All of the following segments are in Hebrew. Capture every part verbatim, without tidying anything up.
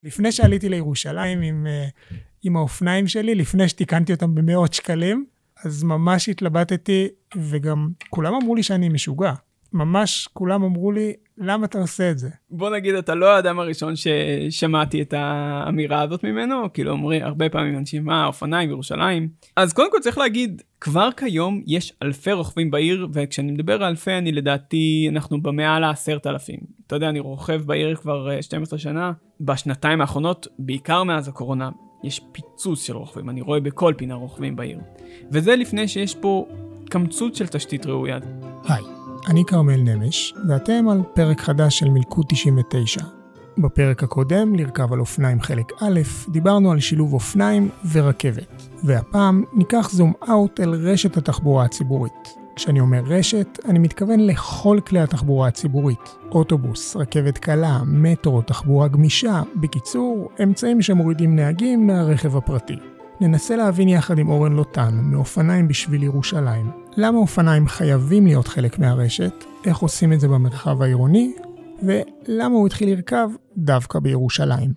לפני שעליתי לירושלים עם, עם האופניים שלי, לפני שתיקנתי אותם במאות שקלים, אז ממש התלבטתי, וגם כולם אמרו לי שאני משוגע. ממש כולם אמרו לי, למה אתה עושה את זה? בוא נגיד, אתה לא האדם הראשון ששמעתי את האמירה הזאת ממנו, כאילו אומרים הרבה פעמים אנשים, מה, אופניים בירושלים? אז קודם כל צריך להגיד, כבר כיום יש אלפי רוכבים בעיר, וכשאני מדבר על אלפי, אני לדעתי, אנחנו במעל העשרת אלפים. אתה יודע, אני רוכב בעיר כבר שתים עשרה שנה, בשנתיים האחרונות, בעיקר מאז הקורונה, יש פיצוץ של רוכבים, אני רואה בכל פינה רוכבים בעיר. וזה לפני שיש פה קמצות של תשתית ראויה. היי. אני קרמל נמש, ואתם על פרק חדש של מלכוד תשעים ותשע. בפרק הקודם, לרכב על אופניים חלק א', דיברנו על שילוב אופניים ורכבת. והפעם ניקח זום אאוט אל רשת התחבורה הציבורית. כשאני אומר רשת, אני מתכוון לכל כלי התחבורה הציבורית. אוטובוס, רכבת קלה, מטרו, תחבורה גמישה, בקיצור, אמצעים שמורידים נהגים מהרכב הפרטי. ננסה להבין יחד עם אורן לוטן, מאופניים בשביל ירושלים. למה אופניים חייבים להיות חלק מהרשת, איך עושים את זה במרחב העירוני, ולמה הוא התחיל לרכב דווקא בירושלים.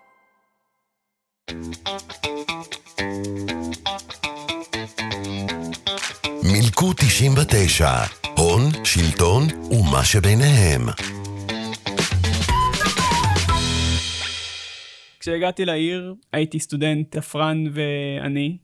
מלכוד תשעים ותשע, הון, שלטון ומה שביניהם. כשהגעתי לעיר, הייתי סטודנט אפרן ואני,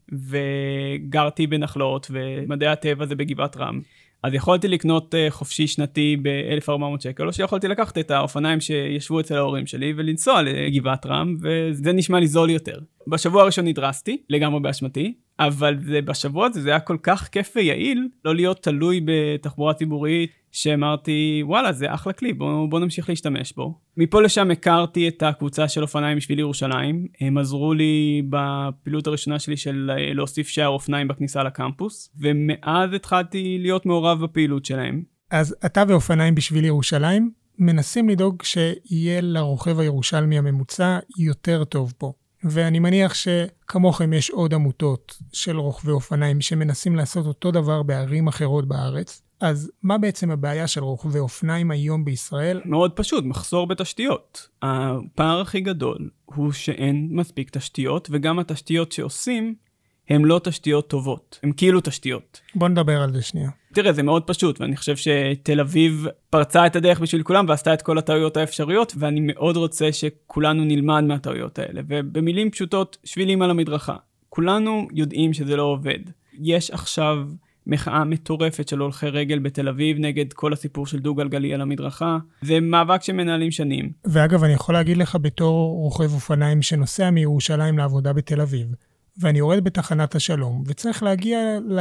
וגרתי בנחלות, ומדעי הטבע זה בגבעת רם. אז יכולתי לקנות חופשי שנתי ב-אלף וארבע מאות שקל, או שיכולתי לקחת את האופניים שישבו אצל ההורים שלי, ולנסוע לגבעת רם, וזה נשמע לי זול יותר. בשבוע הראשון נדרסתי, לגמרי באשמתי, אבל זה, בשבוע הזה זה היה כל כך כיף ויעיל, לא להיות תלוי בתחבורה ציבורית, שאמרתי, וואלה, זה אחלה כלי, בוא, בוא נמשיך להשתמש בו. מפה לשם הכרתי את הקבוצה של אופניים בשביל ירושלים, הם עזרו לי בפעילות הראשונה שלי של להוסיף שער אופניים בכניסה לקמפוס, ומאז התחלתי להיות מעורב בפעילות שלהם. אז אתה ואופניים בשביל ירושלים מנסים לדאוג שיהיה לרוכב הירושלמי הממוצע יותר טוב פה. ואני מניח שכמוכם יש עוד עמותות של רוכבי אופניים שמנסים לעשות אותו דבר בערים אחרות בארץ. אז מה בעצם הבעיה של רוכבי אופניים היום בישראל? מאוד פשוט, מחסור בתשתיות. הפער הכי גדול הוא שאין מספיק תשתיות, וגם התשתיות שעושים הן לא תשתיות טובות. הן כאילו תשתיות. בוא נדבר על זה שנייה. תראה, זה מאוד פשוט, ואני חושב שתל אביב פרצה את הדרך בשביל כולם, ועשתה את כל הטעויות האפשריות, ואני מאוד רוצה שכולנו נלמד מהטעויות האלה. ובמילים פשוטות, שבילים על המדרכה. כולנו יודעים שזה לא עובד. יש עכשיו מחאה מטורפת של הולכי רגל בתל אביב, נגד כל הסיפור של דו גלגלי על המדרכה. זה מאבק שמנהלים שנים. ואגב, אני יכול להגיד לך בתור רוכב אופניים שנוסע מירושלים לעבודה בתל אביב, ואני יורד בתחנת השלום, וצריך להגיע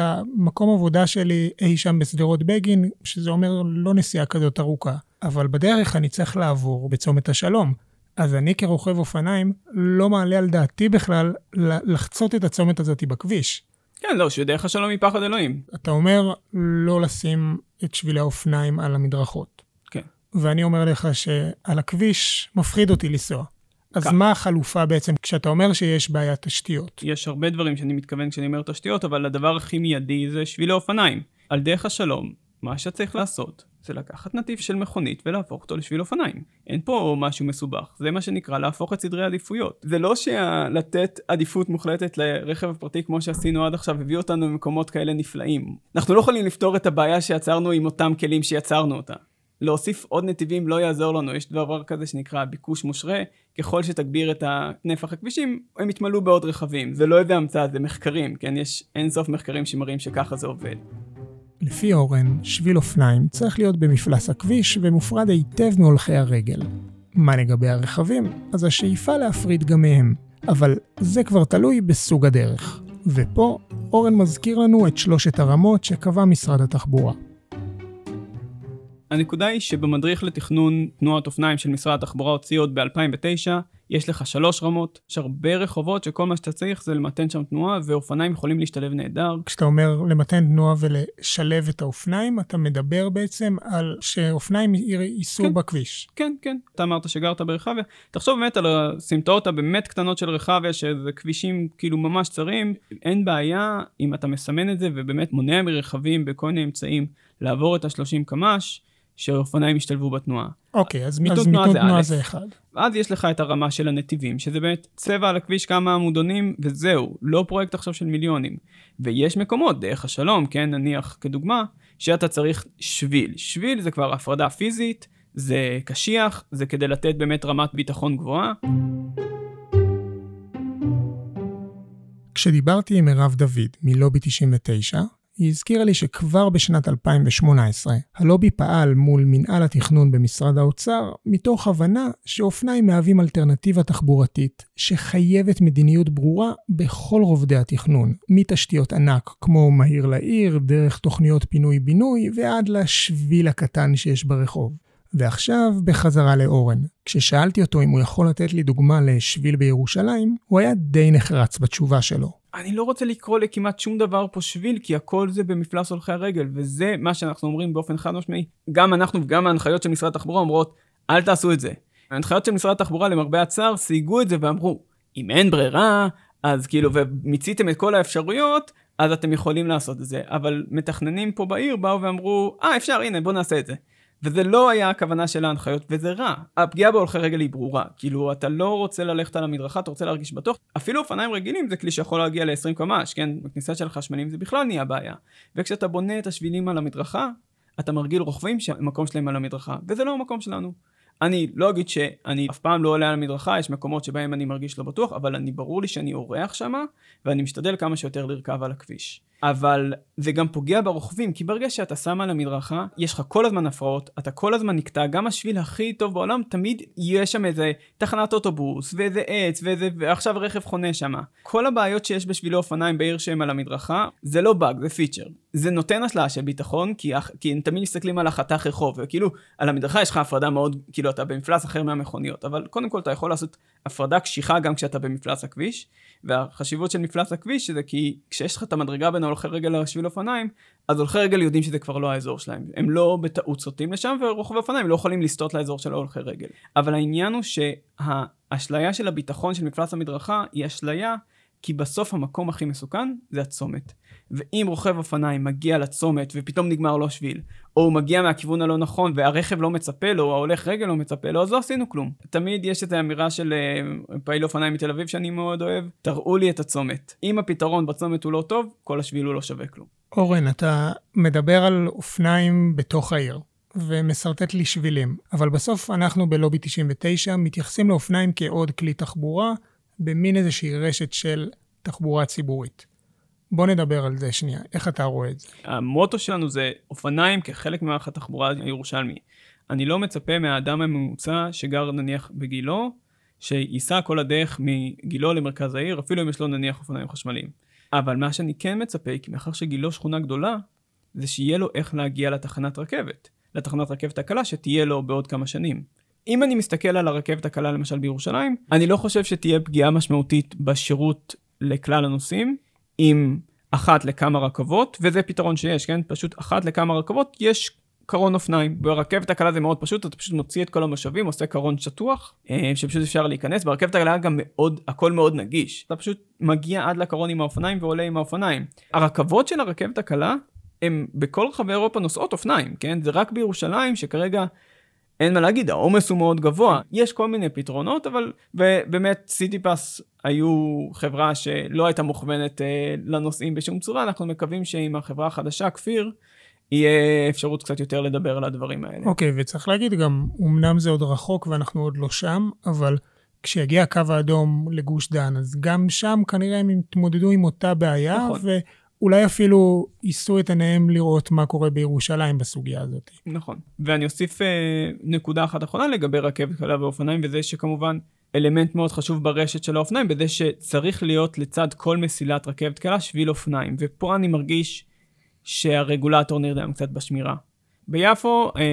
למקום עבודה שלי אי שם בסדרות בגין, שזה אומר לא נסיעה כזאת ארוכה. אבל בדרך אני צריך לעבור בצומת השלום. אז אני כרוכב אופניים לא מעלה על דעתי בכלל לחצות את הצומת הזאת בכביש. כן, לא, שדרך השלום היא פחד אלוהים. אתה אומר לא לשים את שבילי האופניים על המדרכות. כן. ואני אומר לך שעל הכביש מפחיד אותי לנסוע. אז כך. מה החלופה בעצם כשאתה אומר שיש בעיית תשתיות? יש הרבה דברים שאני מתכוון כשאני אומר תשתיות, אבל הדבר הכי מיידי זה שבילי אופניים. על דרך השלום, מה שצריך לעשות זה לקחת נתיב של מכונית ולהפוך אותו לשביל אופניים. אין פה משהו מסובך, זה מה שנקרא להפוך את סדרי העדיפויות. זה לא שלתת עדיפות מוחלטת לרכב הפרטי כמו שעשינו עד עכשיו, הביא אותנו במקומות כאלה נפלאים. אנחנו לא יכולים לפתור את הבעיה שיצרנו עם אותם כלים שיצרנו אותה. להוסיף עוד נתיבים לא יעזור לנו, יש דבר כזה שנקרא ביקוש מושרה, ככל שתגביר את נפח הכבישים, הם יתמלאו בעוד רכבים. זה לא איזה המצאה, זה מחקרים, כן? יש אין סוף מחקרים שמראים שככה זה עובד. לפי אורן, שביל אופניים צריך להיות במפלס הכביש ומופרד היטב מהולכי הרגל. מה לגבי הרכבים? אז השאיפה להפריד גם מהם, אבל זה כבר תלוי בסוג הדרך. ופה אורן מזכיר לנו את שלושת הרמות שקבע משרד התחבורה. הנקודה היא שבמדריך לתכנון תנועת אופניים של משרד התחבורה הוציא עוד ב-אלפיים ותשע, יש לך שלוש רמות, יש הרבה רחובות שכל מה שאתה צריך זה למתן שם תנועה, ואופניים יכולים להשתלב נהדר. כשאתה אומר למתן תנועה ולשלב את האופניים, אתה מדבר בעצם על שאופניים ייסעו כן, בכביש. כן, כן. אתה אמרת שגרת ברחביה. תחשוב באמת על הסמטאות הבאמת קטנות של רחביה, שזה כבישים כאילו ממש צרים. אין בעיה אם אתה מסמן את זה, ובאמת מונע מרחבים בכל מיני אמצעים לעבור את ה-שלושים קמ"ש, שאופניים ישתלבו בתנועה. אוקיי, אז מיתון תנועה, תנועה זה אחד. אז יש לך את הרמה של הנתיבים, שזה באמת צבע על הכביש, כמה עמודונים, וזהו, לא פרויקט עכשיו של מיליונים. ויש מקומות, דרך השלום, כן, נניח כדוגמה, שאתה צריך שביל. שביל זה כבר הפרדה פיזית, זה קשיח, זה כדי לתת באמת רמת ביטחון גבוהה. כשדיברתי עם מירב דוד מלובי תשעים ותשע, היא הזכירה לי שכבר בשנת אלפיים שמונה עשרה, הלובי פעל מול מנהל התכנון במשרד האוצר, מתוך הבנה שאופניים מהווים אלטרנטיבה תחבורתית, שחייבת מדיניות ברורה בכל רובדי התכנון, מתשתיות ענק כמו מהיר לעיר, דרך תוכניות פינוי-בינוי, ועד לשביל הקטן שיש ברחוב. ועכשיו בחזרה לאורן. כששאלתי אותו אם הוא יכול לתת לי דוגמה לשביל בירושלים, הוא היה די נחרץ בתשובה שלו. אני לא רוצה לקרוא לכמעט שום דבר פה שביל, כי הכל זה במפלס הולכי הרגל, וזה מה שאנחנו אומרים באופן חד משמעי. גם אנחנו וגם ההנחיות של משרד התחבורה אומרות, אל תעשו את זה. ההנחיות של משרד התחבורה למרבה הצער סייגו את זה ואמרו, אם אין ברירה, אז כאילו, ומיציתם את כל האפשרויות, אז אתם יכולים לעשות את זה. אבל מתכננים פה בעיר באו ואמרו, אה, אפשר, הנה, בוא נעשה את זה. וזה לא היה הכוונה של ההנחיות, וזה רע. הפגיעה בהולכי רגל היא ברורה. כאילו, אתה לא רוצה ללכת על המדרכה, אתה רוצה להרגיש בטוח. אפילו אופניים רגילים זה כלי שיכול להגיע ל-עשרים קמ"ש, כן? בכניסה של חשמלים זה בכלל נהיה בעיה. וכשאתה בונה את השבילים על המדרכה, אתה מרגיל רוכבים שהמקום שלהם על המדרכה, וזה לא המקום שלנו. אני לא אגיד שאני אף פעם לא עולה על המדרכה, יש מקומות שבהם אני מרגיש לא בטוח, אבל אני ברור לי שאני אורח שמה, ואני משתדל כמה שיותר לרכב על הכביש. אבל זה גם פוגע ברוכבים, כי ברגע שאתה שם על המדרכה, יש לך כל הזמן הפרעות, אתה כל הזמן נקטע, גם השביל הכי טוב בעולם, תמיד יש שם איזה תחנת אוטובוס, ואיזה עץ, ואיזה, ועכשיו רכב חונה שם. כל הבעיות שיש בשבילי אופניים בעיר שהם על המדרכה, זה לא באג, זה פיצ'ר. זה נותן השלאה של ביטחון, כי, כי הם תמיד מסתכלים על החתך רחוב, וכאילו, על המדרכה יש לך הפרדה מאוד, כאילו אתה במפלס אחר מהמכוניות, אבל קודם כל אתה יכול לעשות הפרדה קשיחה גם כשאתה במפלס הכביש, והחשיבות של מפלס הכביש זה כי כשיש לך את המדרגה בין הולכי רגל לשביל אופניים, אז הולכי רגל יודעים שזה כבר לא האזור שלהם. הם לא בטעות סוטים לשם, ורוכבי אופניים לא יכולים לסטות לאזור של הולכי רגל. אבל העניין הוא שהאשליה של הביטחון של מפלס המדרכה היא אשליה, כי בסוף המקום הכי מסוכן זה הצומת. ואם רוכב אופניים מגיע לצומת ופתאום נגמר לו שביל, או הוא מגיע מהכיוון הלא נכון והרכב לא מצפה לו, או ההולך רגל לא מצפה לו, אז לא עשינו כלום. תמיד יש את האמירה של פעיל אופניים מתל אביב שאני מאוד אוהב, תראו לי את הצומת. אם הפתרון בצומת הוא לא טוב, כל השביל הוא לא שווה כלום. אורן, אתה מדבר על אופניים בתוך העיר, ומסרטט לי שבילים, אבל בסוף אנחנו בלובי תשעים ותשע מתייחסים לאופניים כעוד כלי תחבורה, במין איזושהי רשת של תחבורה ציבורית. בוא נדבר על זה שנייה. איך אתה רואה את זה? המוטו שלנו זה אופניים כחלק ממערך התחבורה הירושלמי. אני לא מצפה מהאדם הממוצע שגר נניח בגילו, שייסע כל הדרך מגילו למרכז העיר, אפילו אם יש לו נניח אופניים חשמליים. אבל מה שאני כן מצפה, כי מאחר שגילו שכונה גדולה, זה שיהיה לו איך להגיע לתחנת רכבת. לתחנת רכבת הקלה שתהיה לו בעוד כמה שנים. אם אני מסתכל על הרכבת הקלה למשל בירושלים, אני לא חושב שתהיה פגיעה משמעותית בשירות לכלל הנוסעים, עם אחת לכמה רכבות, וזה פתרון שיש, כן? פשוט אחת לכמה רכבות יש קרון אופניים. ברכבת הקלה זה מאוד פשוט, אתה פשוט מוציא את כל המשאבים, עושה קרון שטוח, שפשוט אפשר להיכנס. ברכבת הקלה גם מאוד, הכל מאוד נגיש. אתה פשוט מגיע עד לקרון עם האופניים ועולה עם האופניים. הרכבות של הרכבת הקלה, הם בכל רחבי אירופה נוסעות אופניים, כן? זה רק בירושלים שכרגע אין מה להגיד, העומס הוא מאוד גבוה. יש כל מיני פתרונות, אבל באמת סיטיפס היו חברה שלא הייתה מוכוונת אה, לנוסעים בשום צורה. אנחנו מקווים שעם החברה החדשה, כפיר, יהיה אפשרות קצת יותר לדבר על הדברים האלה. אוקיי, וצריך להגיד גם, אמנם זה עוד רחוק ואנחנו עוד לא שם, אבל כשיגיע הקו האדום לגוש דן, אז גם שם כנראה הם יתמודדו עם אותה בעיה, נכון. ו... אולי אפילו ייסו את עיניהם לראות מה קורה בירושלים בסוגיה הזאת. נכון. ואני אוסיף אה, נקודה אחת אחרונה לגבי רכבת קלה ואופניים, וזה שכמובן אלמנט מאוד חשוב ברשת של האופניים, בזה שצריך להיות לצד כל מסילת רכבת קלה שביל אופניים. ופה אני מרגיש שהרגולטור נרדם קצת בשמירה. ביפו, אה,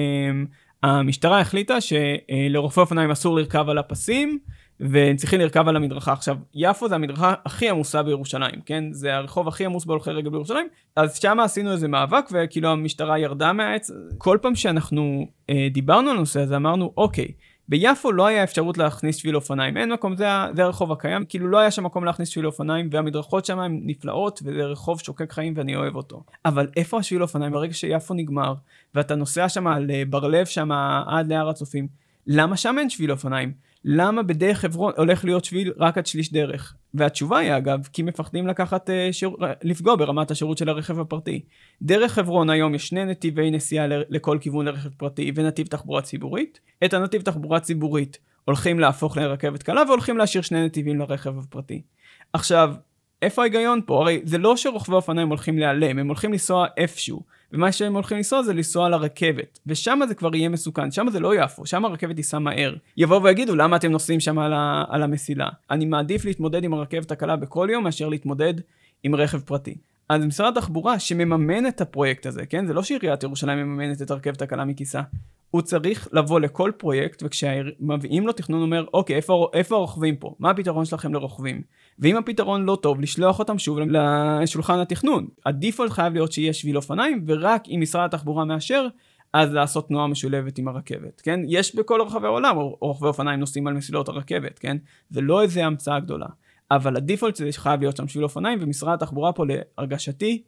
המשטרה החליטה שלרוכבי אופניים אסור לרכב על הפסים, וצריכים לרכב על המדרכה. עכשיו, יפו זה המדרכה הכי עמוסה בירושלים, כן? זה הרחוב הכי עמוס בהולכי רגל בירושלים, אז שם עשינו איזה מאבק, וכאילו המשטרה ירדה מהעץ. כל פעם שאנחנו אה, דיברנו על הנושא הזה, אמרנו, אוקיי, ביפו לא היה אפשרות להכניס שביל אופניים, אין מקום, זה, זה הרחוב הקיים, כאילו לא היה שם מקום להכניס שביל אופניים, והמדרכות שם הן נפלאות, וזה רחוב שוקק חיים ואני אוהב אותו. אבל איפה השביל אופניים? ברגע שיפו נגמר, ואתה נוסע שם על ברלב שם עד להר הצופים, למה שם אין שביל אופניים? למה בדרך חברון הולך להיות שביל רק עד שליש דרך? והתשובה היא אגב, כי מפחדים לקחת, שיר, לפגוע ברמת השירות של הרכב הפרטי. דרך חברון היום יש שני נתיבי נסיעה לכל כיוון לרכב פרטי ונתיב תחבורה ציבורית. את הנתיב תחבורה ציבורית הולכים להפוך לרכבת קלה והולכים להשאיר שני נתיבים לרכב הפרטי. עכשיו, איפה ההיגיון פה? הרי זה לא שרוכבי אופניים הולכים להיעלם, הם הולכים לנסוע איפשהו. ומה שהם הולכים לנסוע זה לנסוע לרכבת. ושם זה כבר יהיה מסוכן, שם זה לא יפו, שם הרכבת ייסע מהר. יבואו ויגידו, למה אתם נוסעים שם על, ה- על המסילה? אני מעדיף להתמודד עם הרכבת הקלה בכל יום, מאשר להתמודד עם רכב פרטי. אז משרד התחבורה שמממן את הפרויקט הזה, כן? זה לא שעיריית ירושלים מממנת את הרכבת הקלה מכיסה. הוא צריך לבוא לכל פרויקט, וכשמביאים לו תכנון אומר, אוקיי, איפה, איפה הרוכבים פה? מה הפתרון שלכם לרוכבים? ואם הפתרון לא טוב, לשלוח אותם שוב לשולחן התכנון. הדיפולט חייב להיות שיש שביל אופניים, ורק אם משרד התחבורה מאשר, אז לעשות תנועה משולבת עם הרכבת, כן? יש בכל רחבי העולם, רוכבי אופניים נוסעים על מסילות הרכבת, כן? זה לא איזה המצאה גדולה. אבל הדיפולט זה חייב להיות שם שביל אופניים, ומשרד התחבורה פה להרגשתי,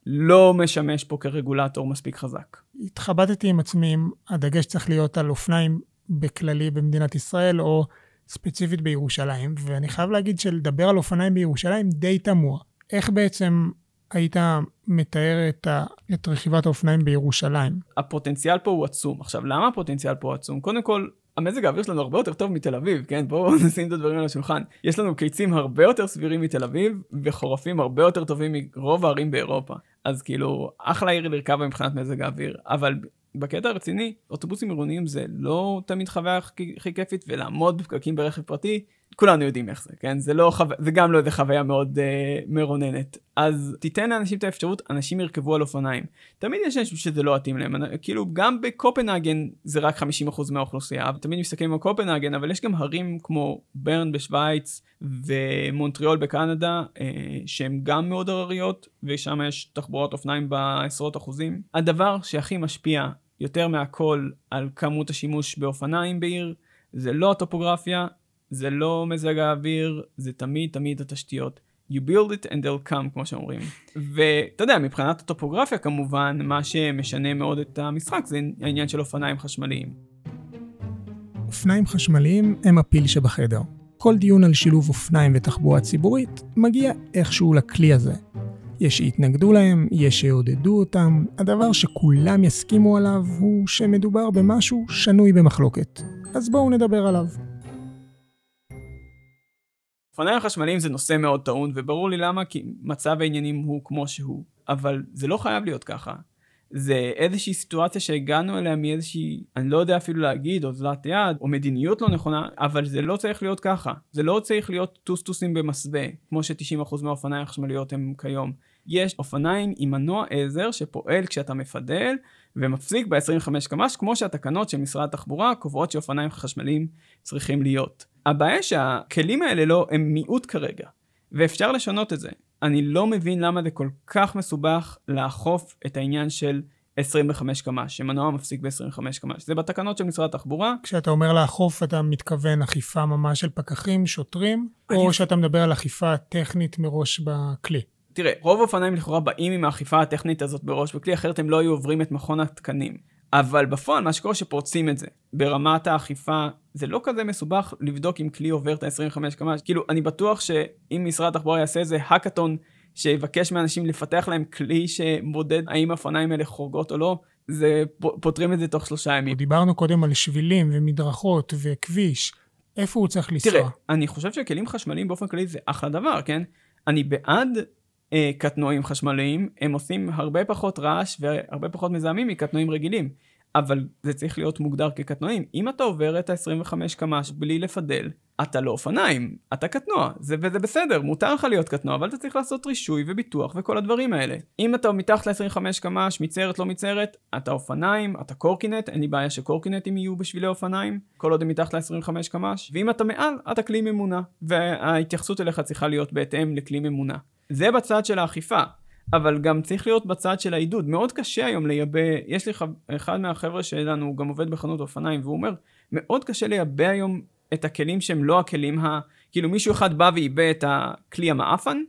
לא משמש פה כרגולטור מספיק חזק. התחבטתי עם עצמי, הדגש צריך להיות על אופניים בכללי במדינת ישראל, או ספציפית בירושלים, ואני חייב להגיד שלדבר על אופניים בירושלים די תמוה. איך בעצם היית מתאר את, ה... את רכיבת האופניים בירושלים? הפוטנציאל פה הוא עצום. עכשיו, למה הפוטנציאל פה הוא עצום? קודם כל, המזג האוויר שלנו הרבה יותר טוב מתל אביב, כן? בואו נשים את הדברים על השולחן. יש לנו קיצים הרבה יותר סבירים מתל אביב, וחורפים הרבה יותר טובים מרוב הערים באירופה. אז כאילו, אחלה עיר לרכב מבחינת מזג האוויר. אבל בקטע הרציני, אוטובוסים עירוניים זה לא תמיד חוויה הכי כיפית, ולעמוד בפקקים ברכב פרטי, כולנו יודעים איך זה, כן? זה, לא חו... זה גם לא איזה חוויה מאוד uh, מרוננת. אז תיתן לאנשים את האפשרות, אנשים ירכבו על אופניים. תמיד יש אנשים שזה לא מתאים להם. כאילו, גם בקופנהגן זה רק חמישים אחוז מהאוכלוסייה, תמיד מסתכלים על קופנהגן, אבל יש גם הרים כמו ברן בשוויץ ומונטריאול בקנדה, uh, שהם גם מאוד הרריות, ושם יש תחבורת אופניים בעשרות אחוזים. הדבר שהכי משפיע יותר מהכל על כמות השימוש באופניים בעיר, זה לא הטופוגרפיה, זה לא מזג האוויר, זה תמיד תמיד התשתיות. You build it and they'll come, כמו שאומרים. ואתה יודע, מבחינת הטופוגרפיה כמובן, מה שמשנה מאוד את המשחק זה העניין של אופניים חשמליים. אופניים חשמליים הם הפיל שבחדר. כל דיון על שילוב אופניים ותחבורה ציבורית מגיע איכשהו לכלי הזה. יש שיתנגדו להם, יש שיעודדו אותם. הדבר שכולם יסכימו עליו הוא שמדובר במשהו שנוי במחלוקת. אז בואו נדבר עליו. אופניים חשמליים זה נושא מאוד טעון, וברור לי למה, כי מצב העניינים הוא כמו שהוא. אבל זה לא חייב להיות ככה. זה איזושהי סיטואציה שהגענו אליה מאיזושהי, אני לא יודע אפילו להגיד, או זלת יד, או מדיניות לא נכונה, אבל זה לא צריך להיות ככה. זה לא צריך להיות טוסטוסים במסווה, כמו ש-תשעים אחוז מהאופניים החשמליות הם כיום. יש אופניים עם מנוע עזר שפועל כשאתה מפדל, ומפסיק ב-עשרים וחמש קמ"ש, כמו שהתקנות של משרד התחבורה קובעות שאופניים חשמליים צריכים להיות. הבעיה שהכלים האלה לא, הם מיעוט כרגע, ואפשר לשנות את זה. אני לא מבין למה זה כל כך מסובך לאכוף את העניין של עשרים וחמש קמ"ש, שמנוע מפסיק ב-עשרים וחמש קמ"ש. זה בתקנות של משרד התחבורה. כשאתה אומר לאכוף, אתה מתכוון אכיפה ממש של פקחים, שוטרים, או שאתה מדבר על אכיפה טכנית מראש בכלי? תראה, רוב האופניים לכאורה באים עם האכיפה הטכנית הזאת בראש בכלי, אחרת הם לא היו עוברים את מכון התקנים. אבל בפועל, מה שקורה שפורצים את זה. ברמת האכיפה, זה לא כזה מסובך לבדוק אם כלי עובר את ה-עשרים וחמש קמ"ש. כאילו, אני בטוח שאם משרד התחבורה יעשה איזה האקתון, שיבקש מאנשים לפתח להם כלי שמודד האם האופניים האלה חורגות או לא, זה פותרים את זה תוך שלושה ימים. דיברנו קודם על שבילים ומדרכות וכביש. איפה הוא צריך לנסוע? תראה, אני חושב שכלים חשמליים באופן כללי זה אחלה דבר, כן? אני בעד אה, קטנועים חשמליים, הם עושים הרבה פחות רעש והרבה פחות מזהמים מקטנועים רגילים. אבל זה צריך להיות מוגדר כקטנועים. אם אתה עובר את ה-עשרים וחמש קמ"ש בלי לפדל, אתה לא אופניים, אתה קטנוע, זה, וזה בסדר, מותר לך להיות קטנוע, אבל אתה צריך לעשות רישוי וביטוח וכל הדברים האלה. אם אתה מתחת ל-עשרים וחמש קמ"ש, מצערת לא מצערת, אתה אופניים, אתה קורקינט, אין לי בעיה שקורקינטים יהיו בשבילי אופניים, כל עוד הם מתחת ל-עשרים וחמש קמ"ש, ואם אתה מעל, אתה כלי ממונה, וההתייחסות אליך צריכה להיות בהתאם לכלי ממונה. זה בצד של האכיפה. אבל גם צריך להיות בצד של העידוד. מאוד קשה היום לייבא, יש לי אחד מהחבר'ה שלנו, הוא גם עובד בחנות אופניים, והוא אומר, מאוד קשה לייבא היום את הכלים שהם לא הכלים ה... כאילו מישהו אחד בא וייבא את הכלי המאפן,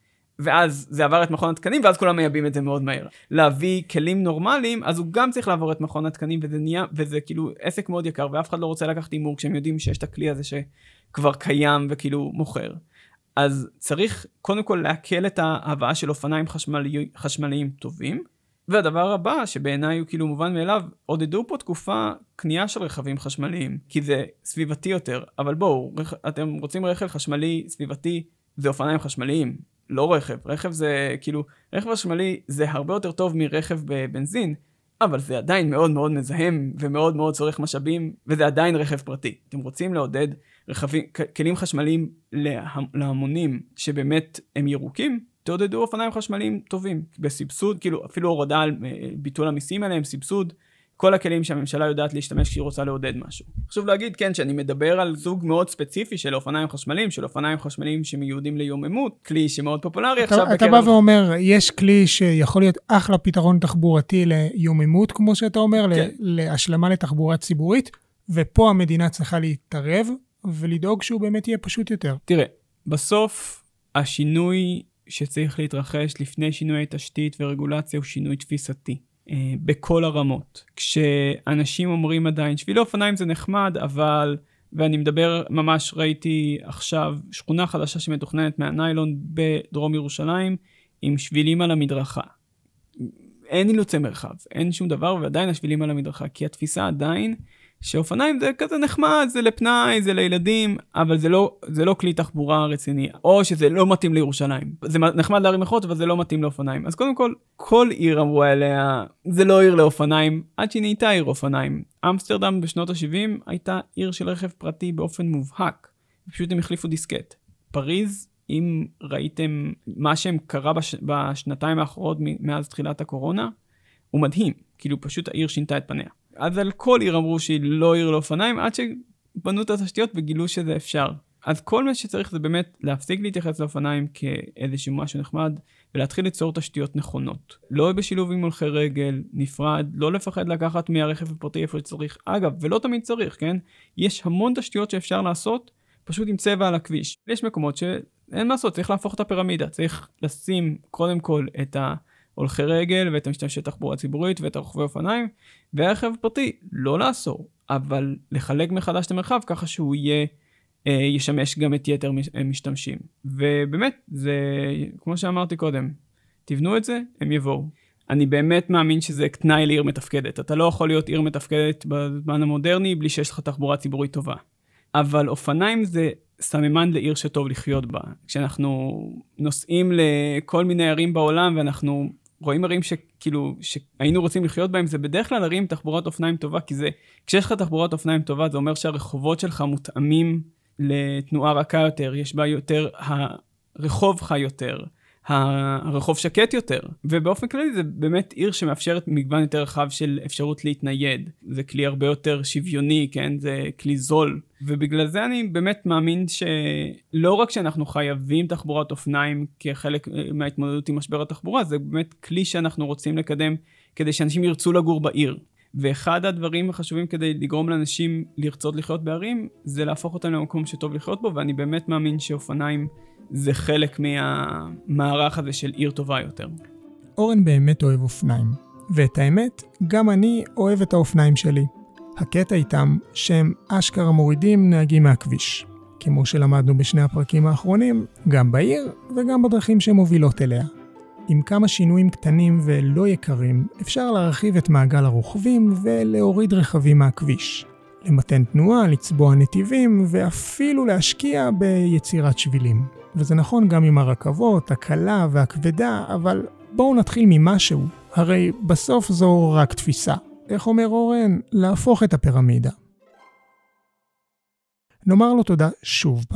ואז זה עבר את מכון התקנים, ואז כולם מייבאים את זה מאוד מהר. להביא כלים נורמליים, אז הוא גם צריך לעבור את מכון התקנים, וזה נהיה, וזה כאילו עסק מאוד יקר, ואף אחד לא רוצה לקחת אימור, כשהם יודעים שיש את הכלי הזה שכבר קיים וכאילו מוכר. אז צריך קודם כל להקל את ההבאה של אופניים חשמלי, חשמליים טובים, והדבר הבא שבעיניי הוא כאילו מובן מאליו, עודדו פה תקופה קנייה של רכבים חשמליים, כי זה סביבתי יותר, אבל בואו, אתם רוצים רכב חשמלי סביבתי, זה אופניים חשמליים, לא רכב. רכב זה כאילו, רכב חשמלי זה הרבה יותר טוב מרכב בבנזין, אבל זה עדיין מאוד מאוד מזהם ומאוד מאוד צורך משאבים, וזה עדיין רכב פרטי. אתם רוצים לעודד רכבים, כלים חשמליים להמונים שבאמת הם ירוקים, תעודדו אופניים חשמליים טובים, בסבסוד, כאילו אפילו הורדה על ביטול המיסים עליהם, סבסוד, כל הכלים שהממשלה יודעת להשתמש כשהיא רוצה לעודד משהו. חשוב להגיד, כן, שאני מדבר על זוג מאוד ספציפי של אופניים חשמליים, של אופניים חשמליים שמיועדים ליוממות, כלי שמאוד פופולרי אתה, עכשיו אתה בקרב... בא ואומר, יש כלי שיכול להיות אחלה פתרון תחבורתי ליוממות, כמו שאתה אומר, כן. להשלמה לתחבורה ציבורית, ופה המדינה צריכה להתערב, ולדאוג שהוא באמת יהיה פשוט יותר. תראה, בסוף השינוי שצריך להתרחש לפני שינוי תשתית ורגולציה הוא שינוי תפיסתי. בכל הרמות. כשאנשים אומרים עדיין, שבילי אופניים זה נחמד, אבל, ואני מדבר, ממש ראיתי עכשיו, שכונה חדשה שמתוכננת מהניילון בדרום ירושלים, עם שבילים על המדרכה. אין אילוצי מרחב, אין שום דבר, ועדיין השבילים על המדרכה, כי התפיסה עדיין, שאופניים זה כזה נחמד, זה לפנאי, זה לילדים, אבל זה לא, זה לא כלי תחבורה רציני, או שזה לא מתאים לירושלים. זה נחמד להרים אחרות, אבל זה לא מתאים לאופניים. אז קודם כל, כל עיר אמרו עליה, זה לא עיר לאופניים, עד שהיא נהייתה עיר אופניים. אמסטרדם בשנות ה-שבעים הייתה עיר של רכב פרטי באופן מובהק, פשוט הם החליפו דיסקט. פריז, אם ראיתם מה שהם קרה בש... בשנתיים האחרות מאז תחילת הקורונה, הוא מדהים, כאילו פשוט העיר שינתה את פניה. אז על כל עיר אמרו שהיא לא עיר לאופניים, עד שבנו את התשתיות וגילו שזה אפשר. אז כל מה שצריך זה באמת להפסיק להתייחס לאופניים כאיזשהו משהו נחמד, ולהתחיל ליצור תשתיות נכונות. לא בשילוב עם הולכי רגל, נפרד, לא לפחד לקחת מהרכב הפרטי איפה שצריך. אגב, ולא תמיד צריך, כן? יש המון תשתיות שאפשר לעשות, פשוט עם צבע על הכביש. יש מקומות שאין מה לעשות, צריך להפוך את הפירמידה, צריך לשים קודם כל את ה... הולכי רגל ואת המשתמשי תחבורה ציבורית ואת הרוכבי אופניים, והרכב פרטי לא לאסור, אבל לחלק מחדש את המרחב ככה שהוא יהיה, אה, ישמש גם את יתר משתמשים. ובאמת, זה, כמו שאמרתי קודם, תבנו את זה, הם יבואו. אני באמת מאמין שזה תנאי לעיר מתפקדת. אתה לא יכול להיות עיר מתפקדת בזמן המודרני בלי שיש לך תחבורה ציבורית טובה. אבל אופניים זה סממן לעיר שטוב לחיות בה. כשאנחנו נוסעים לכל מיני ערים בעולם ואנחנו רואים ערים שכאילו, שהיינו רוצים לחיות בהם, זה בדרך כלל ערים תחבורת אופניים טובה, כי זה, כשיש לך תחבורת אופניים טובה, זה אומר שהרחובות שלך מותאמים לתנועה רכה יותר, יש בה יותר, הרחוב חי יותר, הרחוב שקט יותר, ובאופן כללי זה באמת עיר שמאפשרת מגוון יותר רחב של אפשרות להתנייד. זה כלי הרבה יותר שוויוני, כן? זה כלי זול. ובגלל זה אני באמת מאמין שלא רק שאנחנו חייבים תחבורת אופניים כחלק מההתמודדות עם משבר התחבורה, זה באמת כלי שאנחנו רוצים לקדם כדי שאנשים ירצו לגור בעיר. ואחד הדברים החשובים כדי לגרום לאנשים לרצות לחיות בערים, זה להפוך אותם למקום שטוב לחיות בו, ואני באמת מאמין שאופניים זה חלק מהמערך הזה של עיר טובה יותר. אורן באמת אוהב אופניים, ואת האמת, גם אני אוהב את האופניים שלי. הקטע איתם שהם אשכרה מורידים נהגים מהכביש. כמו שלמדנו בשני הפרקים האחרונים, גם בעיר וגם בדרכים שמובילות אליה. עם כמה שינויים קטנים ולא יקרים, אפשר להרחיב את מעגל הרוכבים ולהוריד רכבים מהכביש. למתן תנועה, לצבוע נתיבים ואפילו להשקיע ביצירת שבילים. וזה נכון גם עם הרכבות, הקלה והכבדה, אבל בואו נתחיל ממשהו. הרי בסוף זו רק תפיסה. איך אומר אורן? להפוך את הפירמידה. נאמר לו תודה שוב פעם,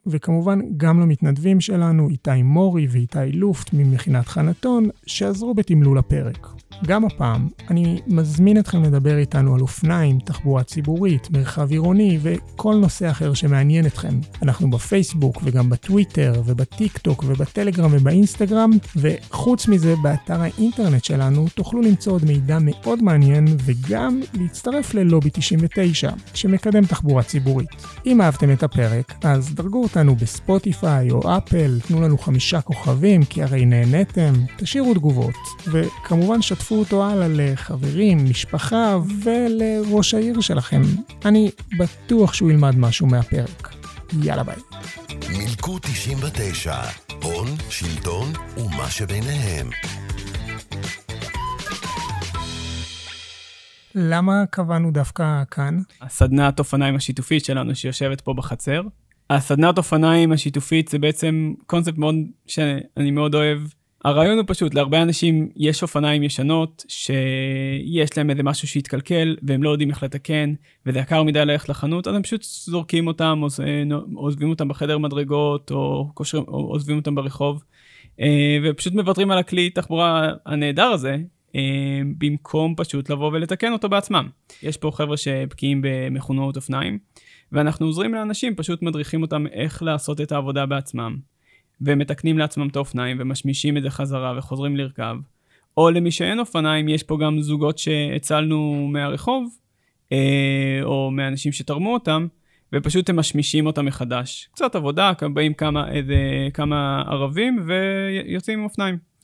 וכמובן גם למתנדבים שלנו, איתי מורי ואיתי לופט ממכינת חנתון, שעזרו בתמלול הפרק. גם הפעם, אני מזמין אתכם לדבר איתנו על אופניים, תחבורה ציבורית, מרחב עירוני וכל נושא אחר שמעניין אתכם. אנחנו בפייסבוק וגם בטוויטר ובטיק טוק ובטלגרם ובאינסטגרם, וחוץ מזה באתר האינטרנט שלנו תוכלו למצוא עוד מידע מאוד מעניין וגם להצטרף ללובי תשעים ותשע, שמקדם תחבורה ציבורית. אם אהבתם את הפרק, אז דרגו אותנו בספוטיפיי או אפל, תנו לנו חמישה כוכבים כי הרי נהניתם, תשאירו תגובות, וכמובן שתפו אותו הלאה לחברים, משפחה ולראש העיר שלכם. אני בטוח שהוא ילמד משהו מהפרק. יאללה ביי. מילקוט תשעים ותשע, הון, שלטון ומה שביניהם. למה קבענו דווקא כאן? הסדנת אופניים השיתופית שלנו שיושבת פה בחצר. הסדנת אופניים השיתופית זה בעצם קונספט מאוד שאני מאוד אוהב. הרעיון הוא פשוט, להרבה אנשים יש אופניים ישנות שיש להם איזה משהו שהתקלקל והם לא יודעים איך לתקן וזה יקר מדי ללכת לחנות, אז הם פשוט זורקים אותם, עוזבים אותם בחדר מדרגות או, קושרים, או עוזבים אותם ברחוב ופשוט מוותרים על הכלי תחבורה הנהדר הזה במקום פשוט לבוא ולתקן אותו בעצמם. יש פה חבר'ה שבקיאים במכונאות אופניים ואנחנו עוזרים לאנשים, פשוט מדריכים אותם איך לעשות את העבודה בעצמם. ומתקנים לעצמם את האופניים ומשמישים את זה חזרה וחוזרים לרכב. או למי שאין אופניים, יש פה גם זוגות שהצלנו מהרחוב, או מאנשים שתרמו אותם, ופשוט הם משמישים אותם מחדש. קצת עבודה, באים כמה, איזה, כמה ערבים ויוצאים עם אופניים.